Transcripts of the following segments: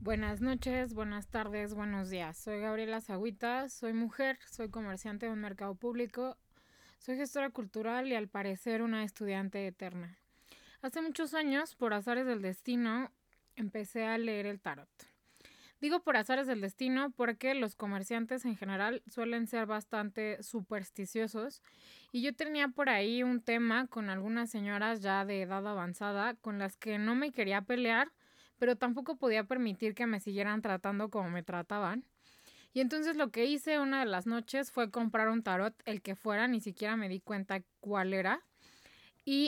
Buenas noches, buenas tardes, buenos días. Soy Gabriela Zagüita, soy mujer, soy comerciante de un mercado público, soy gestora cultural y al parecer una estudiante eterna. Hace muchos años, por azares del destino, empecé a leer el tarot. Digo por azares del destino porque los comerciantes en general suelen ser bastante supersticiosos y yo tenía por ahí un tema con algunas señoras ya de edad avanzada con las que no me quería pelear, pero tampoco podía permitir que me siguieran tratando como me trataban. Y entonces lo que hice una de las noches fue comprar un tarot, el que fuera, ni siquiera me di cuenta cuál era, y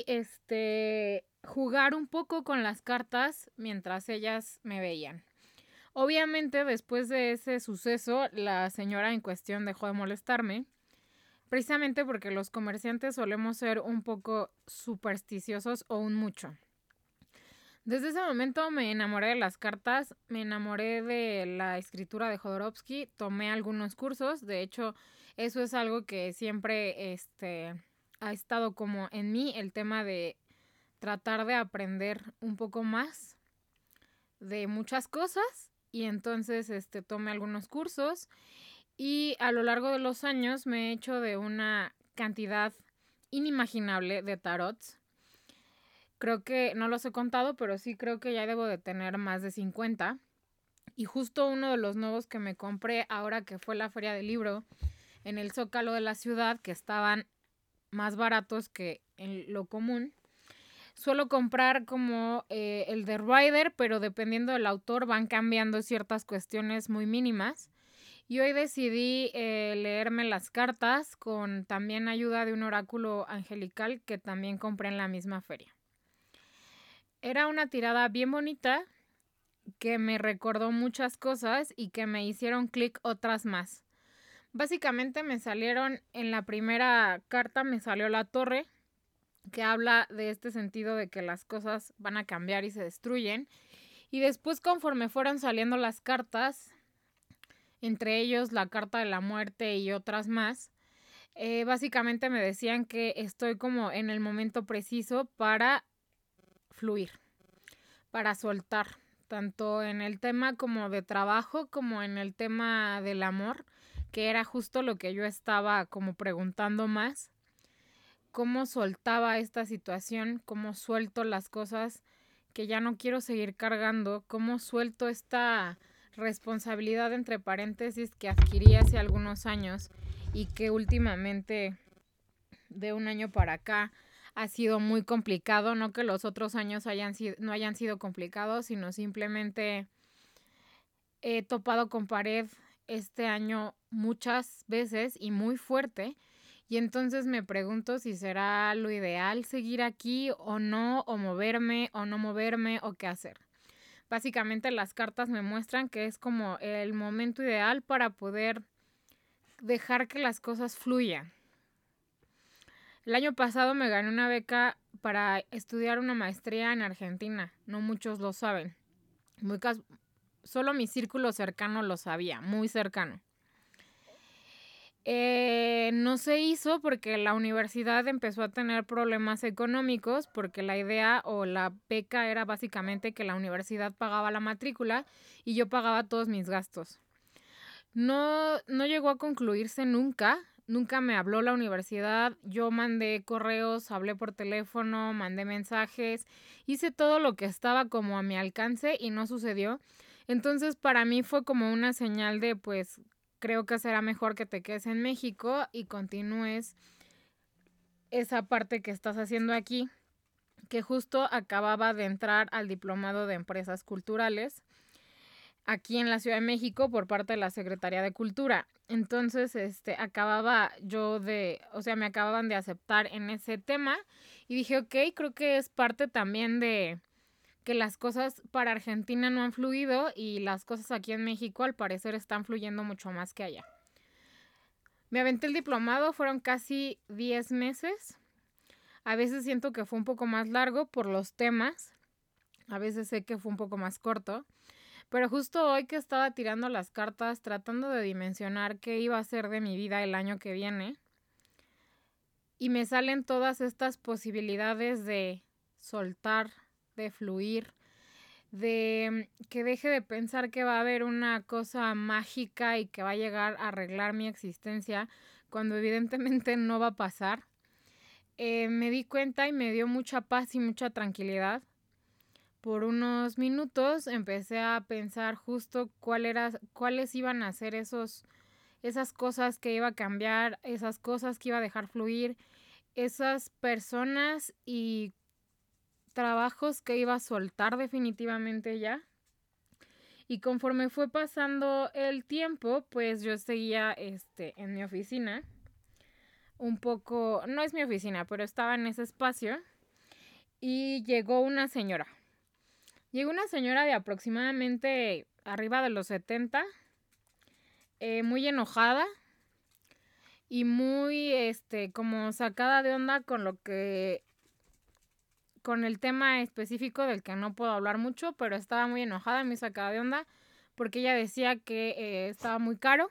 jugar un poco con las cartas mientras ellas me veían. Obviamente, después de ese suceso, la señora en cuestión dejó de molestarme, precisamente porque los comerciantes solemos ser un poco supersticiosos o un mucho. Desde ese momento me enamoré de las cartas, me enamoré de la escritura de Jodorowsky, tomé algunos cursos, de hecho, eso es algo que siempre ha estado como en mí, el tema de tratar de aprender un poco más de muchas cosas y entonces tomé algunos cursos y a lo largo de los años me he hecho de una cantidad inimaginable de tarots. Creo que no los he contado, pero sí creo que ya debo de tener más de 50. Y justo uno de los nuevos que me compré ahora que fue la feria del libro en el Zócalo de la ciudad, que estaban más baratos que en lo común. Suelo comprar como el de Rider, pero dependiendo del autor van cambiando ciertas cuestiones muy mínimas. Y hoy decidí leerme las cartas con también ayuda de un oráculo angelical que también compré en la misma feria. Era una tirada bien bonita que me recordó muchas cosas y que me hicieron clic otras más. Básicamente me salieron, en la primera carta me salió la torre, que habla de este sentido de que las cosas van a cambiar y se destruyen. Y después, conforme fueron saliendo las cartas, entre ellos la carta de la muerte y otras más, básicamente me decían que estoy como en el momento preciso para fluir, para soltar, tanto en el tema como de trabajo como en el tema del amor, que era justo lo que yo estaba como preguntando más. Cómo soltaba esta situación, cómo suelto las cosas que ya no quiero seguir cargando, cómo suelto esta responsabilidad entre paréntesis que adquirí hace algunos años y que últimamente de un año para acá ha sido muy complicado, no que los otros años no hayan sido complicados, sino simplemente he topado con pared este año muchas veces y muy fuerte. Y entonces me pregunto si será lo ideal seguir aquí o no, o moverme o no moverme o qué hacer. Básicamente las cartas me muestran que es como el momento ideal para poder dejar que las cosas fluyan. El año pasado me gané una beca para estudiar una maestría en Argentina. No muchos lo saben. Solo mi círculo cercano lo sabía, muy cercano. No se hizo porque la universidad empezó a tener problemas económicos, porque la idea o la beca era básicamente que la universidad pagaba la matrícula y yo pagaba todos mis gastos. No llegó a concluirse nunca. Nunca me habló la universidad. Yo mandé correos, hablé por teléfono, mandé mensajes, hice todo lo que estaba como a mi alcance y no sucedió. Entonces para mí fue como una señal de pues creo que será mejor que te quedes en México y continúes esa parte que estás haciendo aquí, que justo acababa de entrar al diplomado de empresas culturales aquí en la Ciudad de México por parte de la Secretaría de Cultura. Entonces, me acababan de aceptar en ese tema y dije, ok, creo que es parte también de que las cosas para Argentina no han fluido y las cosas aquí en México al parecer están fluyendo mucho más que allá. Me aventé el diplomado, fueron casi 10 meses. A veces siento que fue un poco más largo por los temas, a veces sé que fue un poco más corto. Pero justo hoy que estaba tirando las cartas, tratando de dimensionar qué iba a ser de mi vida el año que viene, y me salen todas estas posibilidades de soltar, de fluir, de que deje de pensar que va a haber una cosa mágica y que va a llegar a arreglar mi existencia, cuando evidentemente no va a pasar. Me di cuenta y me dio mucha paz y mucha tranquilidad. Por unos minutos empecé a pensar justo cuáles iban a ser esas cosas que iba a cambiar, esas cosas que iba a dejar fluir, esas personas y trabajos que iba a soltar definitivamente ya. Y conforme fue pasando el tiempo, pues yo seguía en mi oficina. Un poco, no es mi oficina, pero estaba en ese espacio. Y llegó una señora. Llegó una señora de aproximadamente arriba de los 70, muy enojada y muy como sacada de onda con el tema específico del que no puedo hablar mucho, pero estaba muy enojada, muy sacada de onda, porque ella decía que estaba muy caro.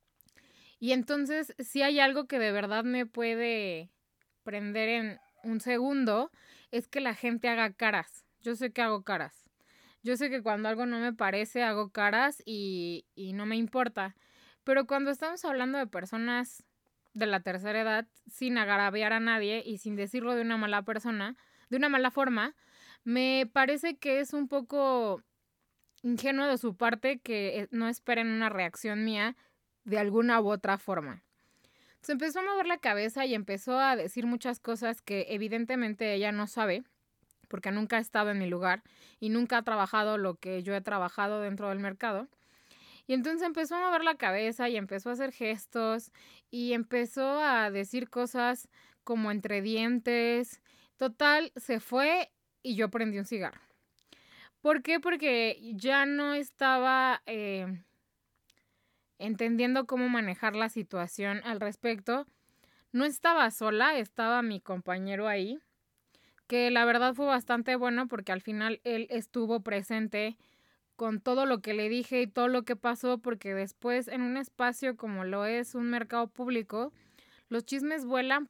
Y entonces, si hay algo que de verdad me puede prender en un segundo, es que la gente haga caras. Yo sé que hago caras. Yo sé que cuando algo no me parece, hago caras y no me importa. Pero cuando estamos hablando de personas de la tercera edad, sin agraviar a nadie y sin decirlo de una mala persona, de una mala forma, me parece que es un poco ingenuo de su parte que no esperen una reacción mía de alguna u otra forma. Se empezó a mover la cabeza y empezó a decir muchas cosas que evidentemente ella no sabe, porque nunca ha estado en mi lugar y nunca ha trabajado lo que yo he trabajado dentro del mercado. Y entonces empezó a mover la cabeza y empezó a hacer gestos y empezó a decir cosas como entre dientes. Total, se fue y yo prendí un cigarro. ¿Por qué? Porque ya no estaba entendiendo cómo manejar la situación al respecto. No estaba sola, estaba mi compañero ahí, que la verdad fue bastante bueno porque al final él estuvo presente con todo lo que le dije y todo lo que pasó, porque después en un espacio como lo es un mercado público, los chismes vuelan,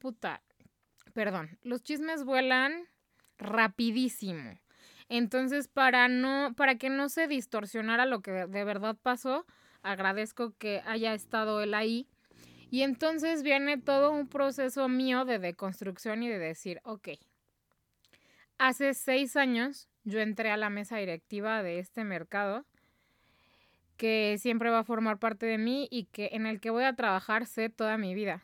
los chismes vuelan rapidísimo. Entonces, para que no se distorsionara lo que de verdad pasó, agradezco que haya estado él ahí. Y entonces viene todo un proceso mío de deconstrucción y de decir, ok, hace 6 años yo entré a la mesa directiva de este mercado que siempre va a formar parte de mí y en el que voy a trabajar toda mi vida.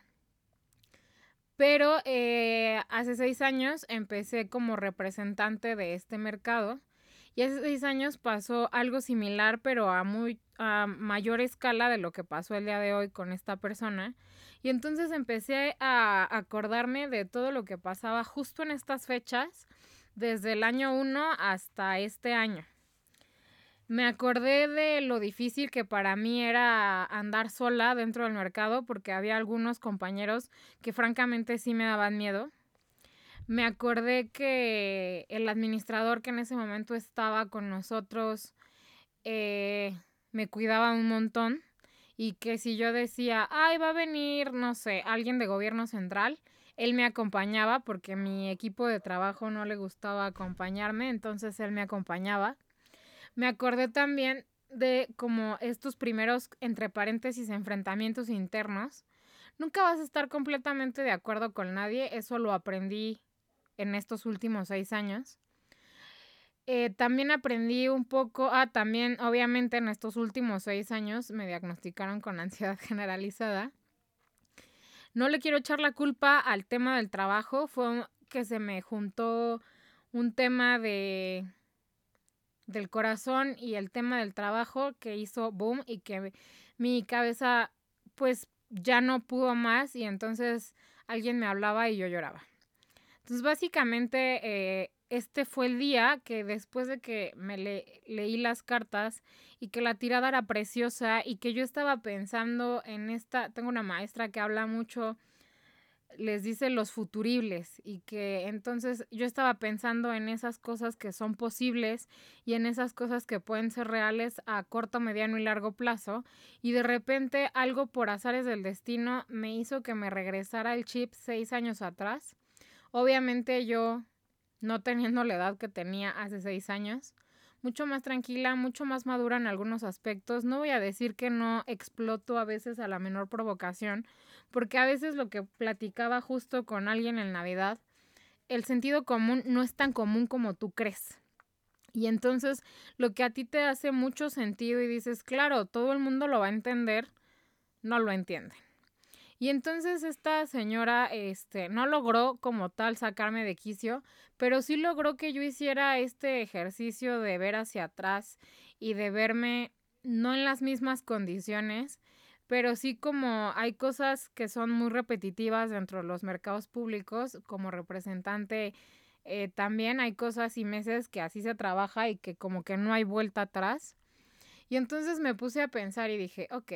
Pero hace 6 años empecé como representante de este mercado y hace 6 años pasó algo similar, pero a mayor escala de lo que pasó el día de hoy con esta persona. Y entonces empecé a acordarme de todo lo que pasaba justo en estas fechas, desde el año 1 hasta este año. Me acordé de lo difícil que para mí era andar sola dentro del mercado porque había algunos compañeros que francamente sí me daban miedo. Me acordé que el administrador que en ese momento estaba con nosotros me cuidaba un montón y que si yo decía, ay, va a venir, no sé, alguien de gobierno central, él me acompañaba porque mi equipo de trabajo no le gustaba acompañarme, entonces él me acompañaba. Me acordé también de como estos primeros, entre paréntesis, enfrentamientos internos. Nunca vas a estar completamente de acuerdo con nadie, eso lo aprendí en estos últimos 6 años. También aprendí un poco, también obviamente en estos últimos 6 años me diagnosticaron con ansiedad generalizada. No le quiero echar la culpa al tema del trabajo, fue que se me juntó un tema del corazón y el tema del trabajo que hizo boom y que mi cabeza pues ya no pudo más y entonces alguien me hablaba y yo lloraba. Entonces básicamente este fue el día que después de que me leí las cartas y que la tirada era preciosa y que yo estaba pensando en tengo una maestra que habla mucho, les dice los futuribles y que entonces yo estaba pensando en esas cosas que son posibles y en esas cosas que pueden ser reales a corto, mediano y largo plazo y de repente algo por azares del destino me hizo que me regresara el chip 6 años atrás. Obviamente yo no teniendo la edad que tenía hace 6 años, mucho más tranquila, mucho más madura en algunos aspectos. No voy a decir que no exploto a veces a la menor provocación, porque a veces lo que platicaba justo con alguien en Navidad, el sentido común no es tan común como tú crees. Y entonces lo que a ti te hace mucho sentido y dices, claro, todo el mundo lo va a entender, no lo entiende. Y entonces esta señora no logró como tal sacarme de quicio, pero sí logró que yo hiciera este ejercicio de ver hacia atrás y de verme no en las mismas condiciones, pero sí como hay cosas que son muy repetitivas dentro de los mercados públicos. Como representante también hay cosas y meses que así se trabaja y que como que no hay vuelta atrás. Y entonces me puse a pensar y dije, ok,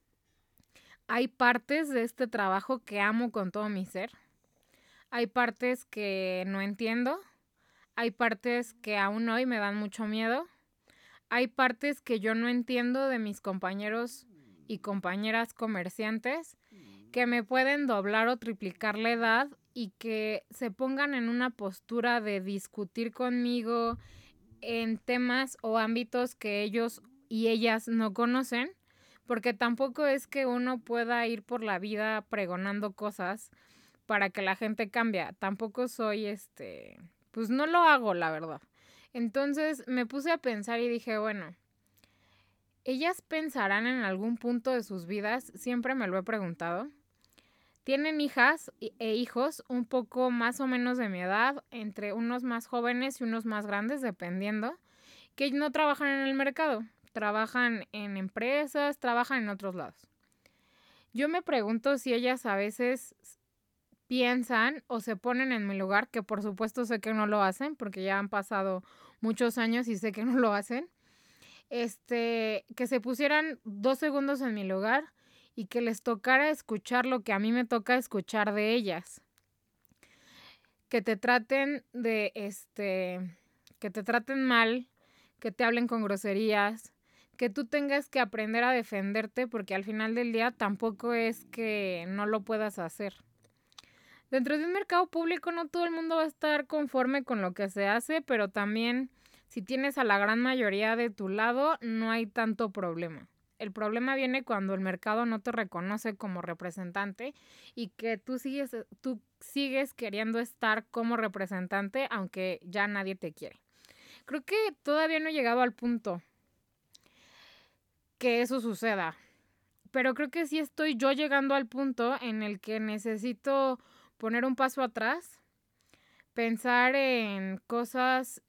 hay partes de este trabajo que amo con todo mi ser. Hay partes que no entiendo. Hay partes que aún hoy me dan mucho miedo. Hay partes que yo no entiendo de mis compañeros y compañeras comerciantes que me pueden doblar o triplicar la edad y que se pongan en una postura de discutir conmigo en temas o ámbitos que ellos y ellas no conocen, porque tampoco es que uno pueda ir por la vida pregonando cosas para que la gente cambie. Tampoco soy pues no lo hago, la verdad. Entonces me puse a pensar y dije, bueno, ellas pensarán en algún punto de sus vidas, siempre me lo he preguntado. Tienen hijas e hijos un poco más o menos de mi edad, entre unos más jóvenes y unos más grandes, dependiendo, que no trabajan en el mercado, trabajan en empresas, trabajan en otros lados. Yo me pregunto si ellas a veces piensan o se ponen en mi lugar, que por supuesto sé que no lo hacen, porque ya han pasado muchos años y sé que no lo hacen, que se pusieran 2 segundos en mi lugar y que les tocara escuchar lo que a mí me toca escuchar de ellas. Que te traten que te traten mal, que te hablen con groserías, que tú tengas que aprender a defenderte, porque al final del día tampoco es que no lo puedas hacer. Dentro de un mercado público no todo el mundo va a estar conforme con lo que se hace, pero también si tienes a la gran mayoría de tu lado, no hay tanto problema. El problema viene cuando el mercado no te reconoce como representante y que tú sigues queriendo estar como representante, aunque ya nadie te quiere. Creo que todavía no he llegado al punto que eso suceda, pero creo que sí estoy yo llegando al punto en el que necesito poner un paso atrás, pensar en cosas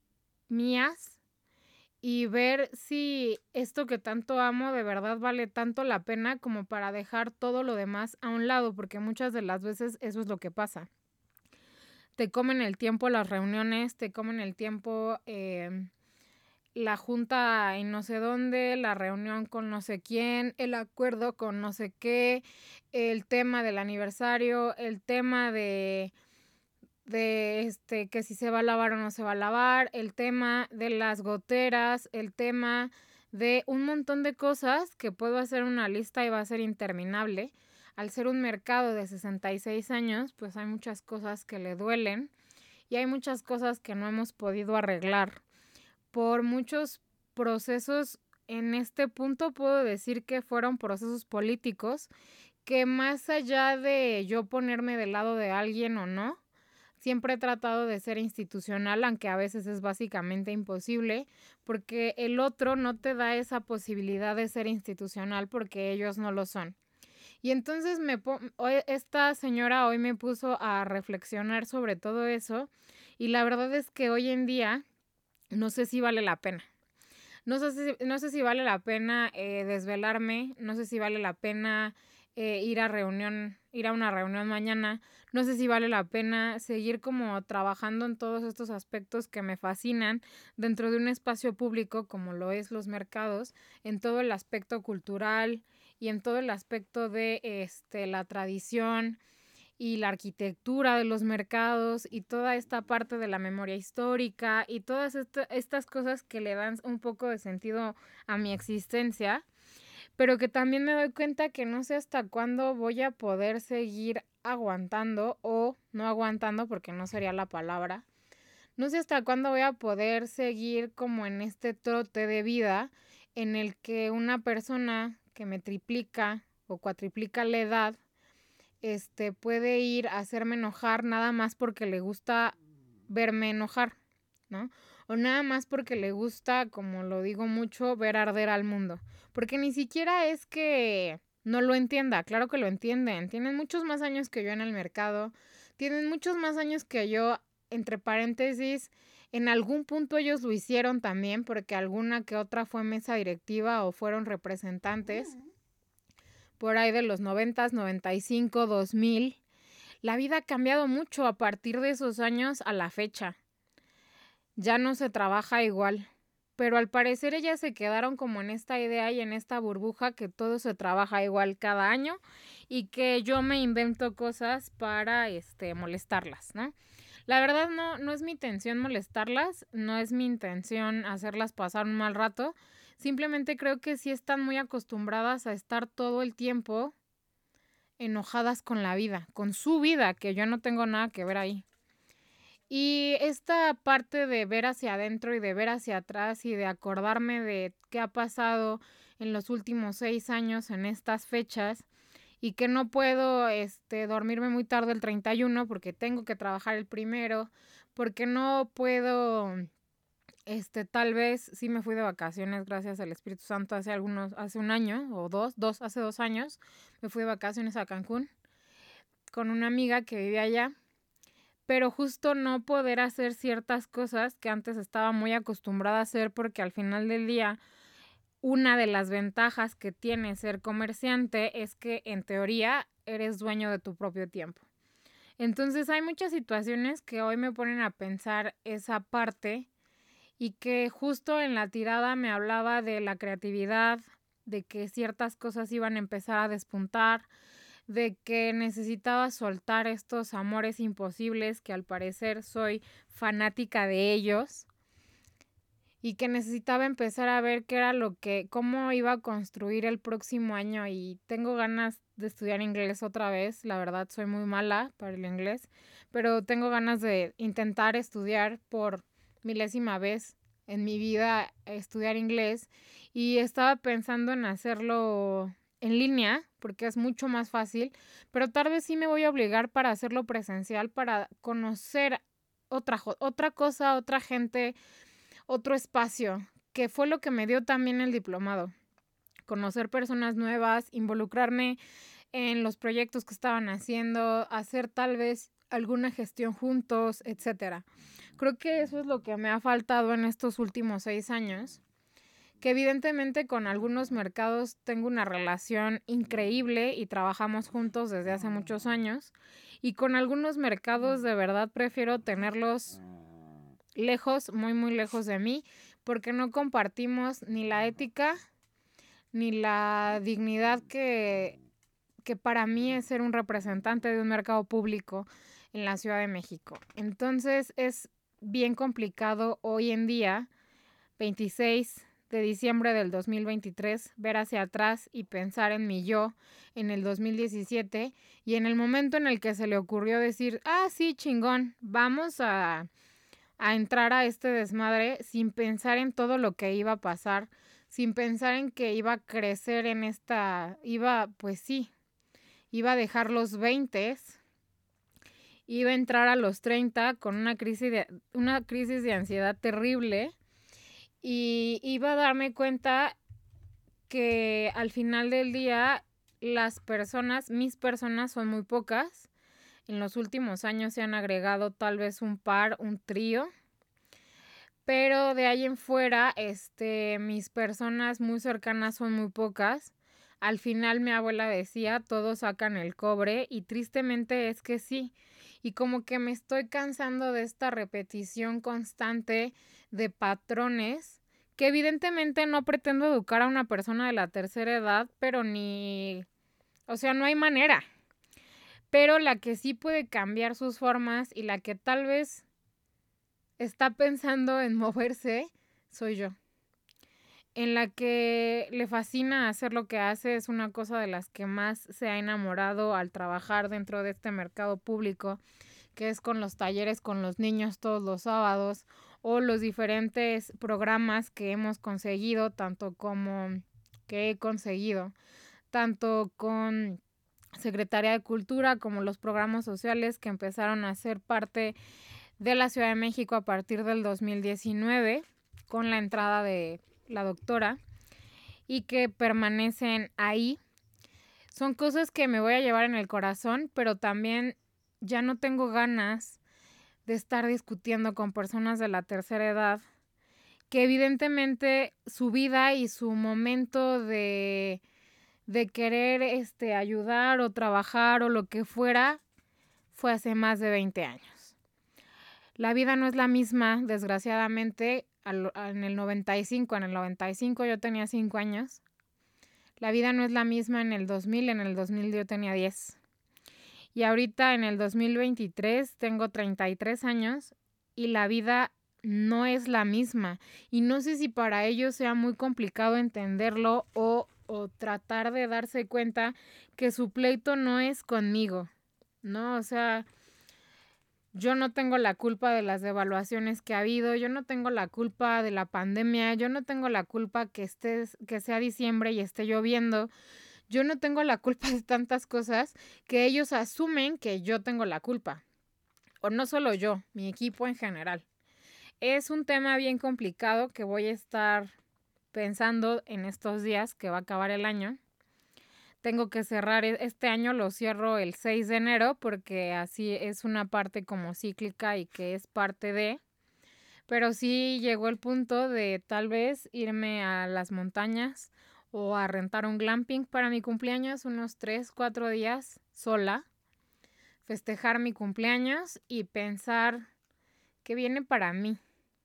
mías y ver si esto que tanto amo de verdad vale tanto la pena como para dejar todo lo demás a un lado, porque muchas de las veces eso es lo que pasa. Te comen el tiempo las reuniones, te comen el tiempo la junta en no sé dónde, la reunión con no sé quién, el acuerdo con no sé qué, el tema del aniversario, el tema de que si se va a lavar o no se va a lavar, el tema de las goteras, el tema de un montón de cosas que puedo hacer una lista y va a ser interminable. Al ser un mercado de 66 años, pues hay muchas cosas que le duelen y hay muchas cosas que no hemos podido arreglar por muchos procesos. En este punto puedo decir que fueron procesos políticos que, más allá de yo ponerme del lado de alguien o no, siempre he tratado de ser institucional, aunque a veces es básicamente imposible, porque el otro no te da esa posibilidad de ser institucional porque ellos no lo son. Y entonces esta señora hoy me puso a reflexionar sobre todo eso, y la verdad es que hoy en día no sé si vale la pena. No sé si vale la pena desvelarme, no sé si vale la pena ir a una reunión mañana, no sé si vale la pena seguir como trabajando en todos estos aspectos que me fascinan dentro de un espacio público como lo es los mercados, en todo el aspecto cultural y en todo el aspecto de la tradición y la arquitectura de los mercados y toda esta parte de la memoria histórica y todas estas cosas que le dan un poco de sentido a mi existencia, pero que también me doy cuenta que no sé hasta cuándo voy a poder seguir aguantando o no aguantando, porque no sería la palabra, No sé hasta cuándo voy a poder seguir como en este trote de vida en el que una persona que me triplica o cuatriplica la edad, puede ir a hacerme enojar nada más porque le gusta verme enojar, ¿no? O nada más porque le gusta, como lo digo mucho, ver arder al mundo. Porque ni siquiera es que no lo entienda, claro que lo entienden. Tienen muchos más años que yo en el mercado, tienen muchos más años que yo, entre paréntesis, en algún punto ellos lo hicieron también, porque alguna que otra fue mesa directiva o fueron representantes, por ahí de los 90, 95, 2000. La vida ha cambiado mucho a partir de esos años a la fecha. Ya no se trabaja igual. Pero al parecer ellas se quedaron como en esta idea y en esta burbuja que todo se trabaja igual cada año y que yo me invento cosas para molestarlas, ¿no? La verdad no es mi intención molestarlas, no es mi intención hacerlas pasar un mal rato. Simplemente creo que sí están muy acostumbradas a estar todo el tiempo enojadas con la vida, con su vida, que yo no tengo nada que ver ahí. Y esta parte de ver hacia adentro y de ver hacia atrás y de acordarme de qué ha pasado en los últimos 6 años en estas fechas y que no puedo dormirme muy tarde el 31 porque tengo que trabajar el primero, porque no puedo, tal vez sí me fui de vacaciones gracias al Espíritu Santo hace un año o hace 2 años, me fui de vacaciones a Cancún con una amiga que vivía allá. Pero justo no poder hacer ciertas cosas que antes estaba muy acostumbrada a hacer porque al final del día una de las ventajas que tiene ser comerciante es que en teoría eres dueño de tu propio tiempo. Entonces hay muchas situaciones que hoy me ponen a pensar esa parte y que justo en la tirada me hablaba de la creatividad, de que ciertas cosas iban a empezar a despuntar, de que necesitaba soltar estos amores imposibles, que al parecer soy fanática de ellos, y que necesitaba empezar a ver qué era cómo iba a construir el próximo año. Y tengo ganas de estudiar inglés otra vez, la verdad soy muy mala para el inglés, pero tengo ganas de intentar estudiar por milésima vez en mi vida, estudiar inglés, y estaba pensando en hacerlo en línea porque es mucho más fácil, pero tal vez sí me voy a obligar para hacerlo presencial, para conocer otra cosa, otra gente, otro espacio, que fue lo que me dio también el diplomado. Conocer personas nuevas, involucrarme en los proyectos que estaban haciendo, hacer tal vez alguna gestión juntos, etcétera. Creo que eso es lo que me ha faltado en estos últimos 6 años, que evidentemente con algunos mercados tengo una relación increíble y trabajamos juntos desde hace muchos años, y con algunos mercados de verdad prefiero tenerlos lejos, muy muy lejos de mí, porque no compartimos ni la ética ni la dignidad que para mí es ser un representante de un mercado público en la Ciudad de México. Entonces es bien complicado hoy en día, 26 de diciembre del 2023, ver hacia atrás y pensar en mi yo en el 2017 y en el momento en el que se le ocurrió decir, sí, chingón, vamos a entrar a este desmadre sin pensar en todo lo que iba a pasar, sin pensar en que iba a crecer iba a dejar los 20, iba a entrar a los 30 con una crisis de ansiedad terrible y iba a darme cuenta que al final del día mis personas son muy pocas. En los últimos años se han agregado tal vez un trío, pero de ahí en fuera, mis personas muy cercanas son muy pocas. Al final mi abuela decía, todos sacan el cobre, y tristemente es que sí. Y como que me estoy cansando de esta repetición constante de patrones, que evidentemente no pretendo educar a una persona de la tercera edad, pero no hay manera. Pero la que sí puede cambiar sus formas y la que tal vez está pensando en moverse, soy yo. En la que le fascina hacer lo que hace, es una cosa de las que más se ha enamorado al trabajar dentro de este mercado público, que es con los talleres con los niños todos los sábados, o los diferentes programas que hemos conseguido, tanto con Secretaría de Cultura como los programas sociales que empezaron a ser parte de la Ciudad de México a partir del 2019 con la entrada de la doctora y que permanecen ahí. Son cosas que me voy a llevar en el corazón, pero también ya no tengo ganas de estar discutiendo con personas de la tercera edad que evidentemente su vida y su momento de querer ayudar o trabajar o lo que fuera fue hace más de 20 años. La vida no es la misma, desgraciadamente, en el 95. En el 95 yo tenía 5 años. La vida no es la misma en el 2000. En el 2000 yo tenía 10. Y ahorita en el 2023 tengo 33 años y la vida no es la misma. Y no sé si para ellos sea muy complicado entenderlo o tratar de darse cuenta que su pleito no es conmigo, ¿no? O sea, yo no tengo la culpa de las devaluaciones que ha habido, yo no tengo la culpa de la pandemia, yo no tengo la culpa que sea diciembre y esté lloviendo, yo no tengo la culpa de tantas cosas que ellos asumen que yo tengo la culpa. O no solo yo, mi equipo en general. Es un tema bien complicado que voy a estar pensando en estos días que va a acabar el año. Tengo que cerrar este año, lo cierro el 6 de enero porque así es una parte como cíclica y que es parte de. Pero sí llegó el punto de tal vez irme a las montañas o a rentar un glamping para mi cumpleaños, unos 3, 4 días sola, festejar mi cumpleaños y pensar qué viene para mí.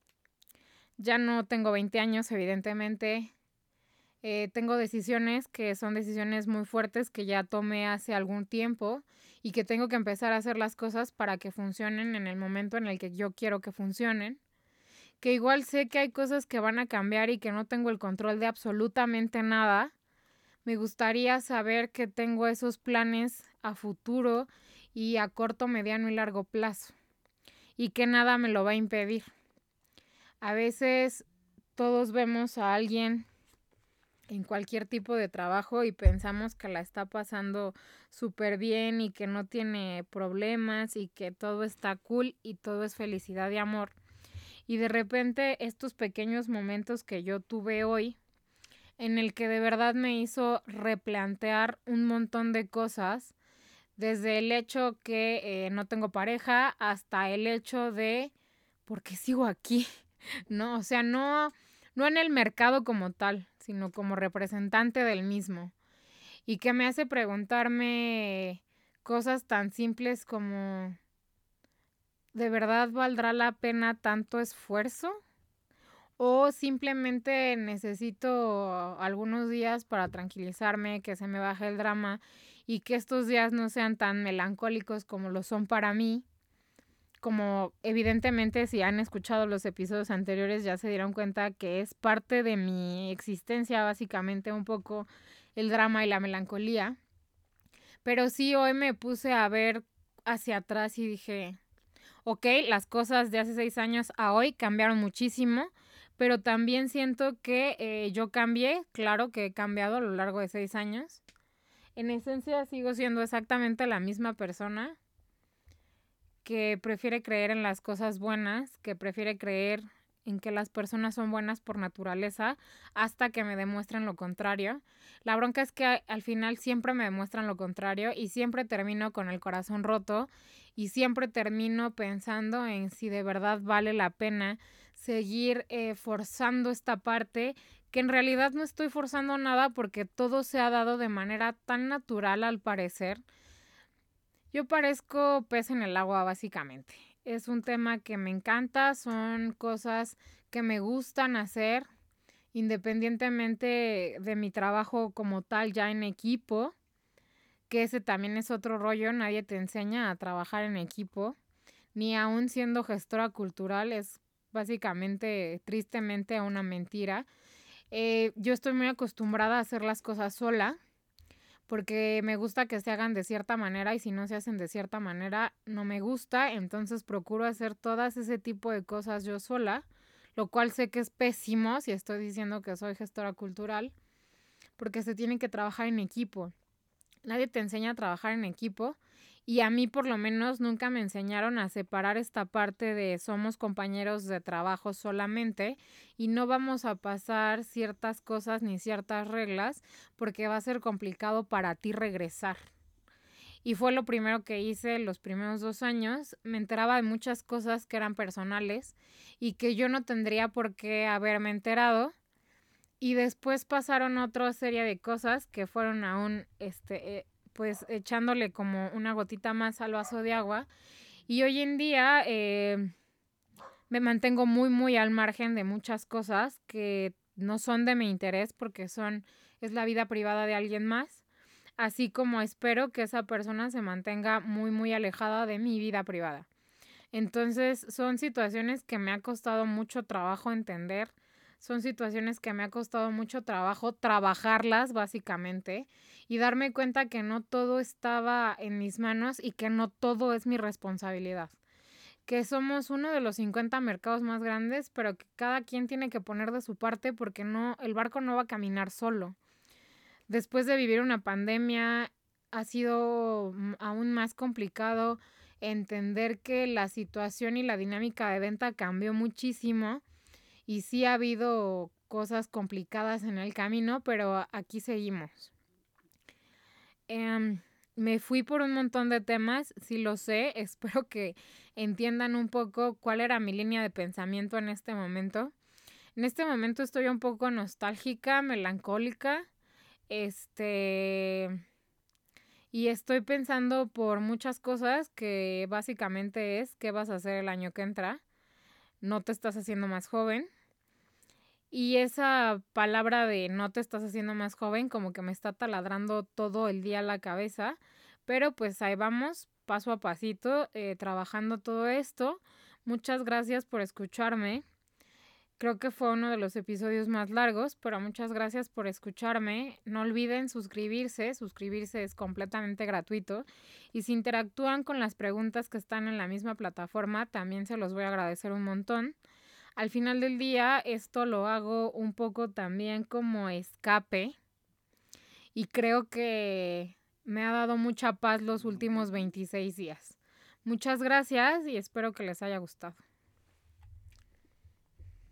Ya no tengo 20 años, evidentemente. Tengo decisiones que son decisiones muy fuertes que ya tomé hace algún tiempo y que tengo que empezar a hacer las cosas para que funcionen en el momento en el que yo quiero que funcionen. Que igual sé que hay cosas que van a cambiar y que no tengo el control de absolutamente nada. Me gustaría saber que tengo esos planes a futuro y a corto, mediano y largo plazo y que nada me lo va a impedir. A veces todos vemos a alguien en cualquier tipo de trabajo y pensamos que la está pasando súper bien y que no tiene problemas y que todo está cool y todo es felicidad y amor. Y de repente estos pequeños momentos que yo tuve hoy, en el que de verdad me hizo replantear un montón de cosas, desde el hecho que no tengo pareja hasta el hecho de ¿por qué sigo aquí? ¿No? O sea, no en el mercado como tal, sino como representante del mismo. Y que me hace preguntarme cosas tan simples como ¿de verdad valdrá la pena tanto esfuerzo? ¿O simplemente necesito algunos días para tranquilizarme, que se me baje el drama y que estos días no sean tan melancólicos como lo son para mí? Como evidentemente si han escuchado los episodios anteriores ya se dieron cuenta que es parte de mi existencia básicamente un poco el drama y la melancolía. Pero sí hoy me puse a ver hacia atrás y dije, ok, las cosas de hace 6 años a hoy cambiaron muchísimo, pero también siento que yo cambié, claro que he cambiado a lo largo de 6 años. En esencia sigo siendo exactamente la misma persona que prefiere creer en las cosas buenas, que prefiere creer en que las personas son buenas por naturaleza hasta que me demuestren lo contrario. La bronca es que al final siempre me demuestran lo contrario y siempre termino con el corazón roto y siempre termino pensando en si de verdad vale la pena seguir forzando esta parte, que en realidad no estoy forzando nada porque todo se ha dado de manera tan natural al parecer. Yo parezco pez en el agua básicamente. Es un tema que me encanta, son cosas que me gustan hacer independientemente de mi trabajo como tal ya en equipo, que ese también es otro rollo, nadie te enseña a trabajar en equipo, ni aún siendo gestora cultural, es básicamente, tristemente, una mentira. Yo estoy muy acostumbrada a hacer las cosas sola, porque me gusta que se hagan de cierta manera y si no se hacen de cierta manera no me gusta, entonces procuro hacer todas ese tipo de cosas yo sola, lo cual sé que es pésimo si estoy diciendo que soy gestora cultural, porque se tiene que trabajar en equipo. Nadie te enseña a trabajar en equipo y a mí por lo menos nunca me enseñaron a separar esta parte de somos compañeros de trabajo solamente y no vamos a pasar ciertas cosas ni ciertas reglas porque va a ser complicado para ti regresar. Y fue lo primero que hice los primeros 2 años. Me enteraba de muchas cosas que eran personales y que yo no tendría por qué haberme enterado. Y después pasaron otra serie de cosas que fueron aún, pues echándole como una gotita más al vaso de agua. Y hoy en día me mantengo muy, muy al margen de muchas cosas que no son de mi interés porque es la vida privada de alguien más. Así como espero que esa persona se mantenga muy, muy alejada de mi vida privada. Entonces son situaciones que me ha costado mucho trabajo entender, son situaciones que me ha costado mucho trabajo trabajarlas básicamente y darme cuenta que no todo estaba en mis manos y que no todo es mi responsabilidad. Que somos uno de los 50 mercados más grandes, pero que cada quien tiene que poner de su parte porque no, el barco no va a caminar solo. Después de vivir una pandemia ha sido aún más complicado entender que la situación y la dinámica de venta cambió muchísimo y sí ha habido cosas complicadas en el camino, pero aquí seguimos. Me fui por un montón de temas, sí lo sé, espero que entiendan un poco cuál era mi línea de pensamiento en este momento. En este momento estoy un poco nostálgica, melancólica, y estoy pensando por muchas cosas que básicamente es qué vas a hacer el año que entra. No te estás haciendo más joven. Y esa palabra de no te estás haciendo más joven como que me está taladrando todo el día la cabeza. Pero pues ahí vamos, paso a pasito, trabajando todo esto. Muchas gracias por escucharme. Creo que fue uno de los episodios más largos, pero muchas gracias por escucharme. No olviden suscribirse es completamente gratuito. Y si interactúan con las preguntas que están en la misma plataforma, también se los voy a agradecer un montón. Al final del día, esto lo hago un poco también como escape. Y creo que me ha dado mucha paz los últimos 26 días. Muchas gracias y espero que les haya gustado.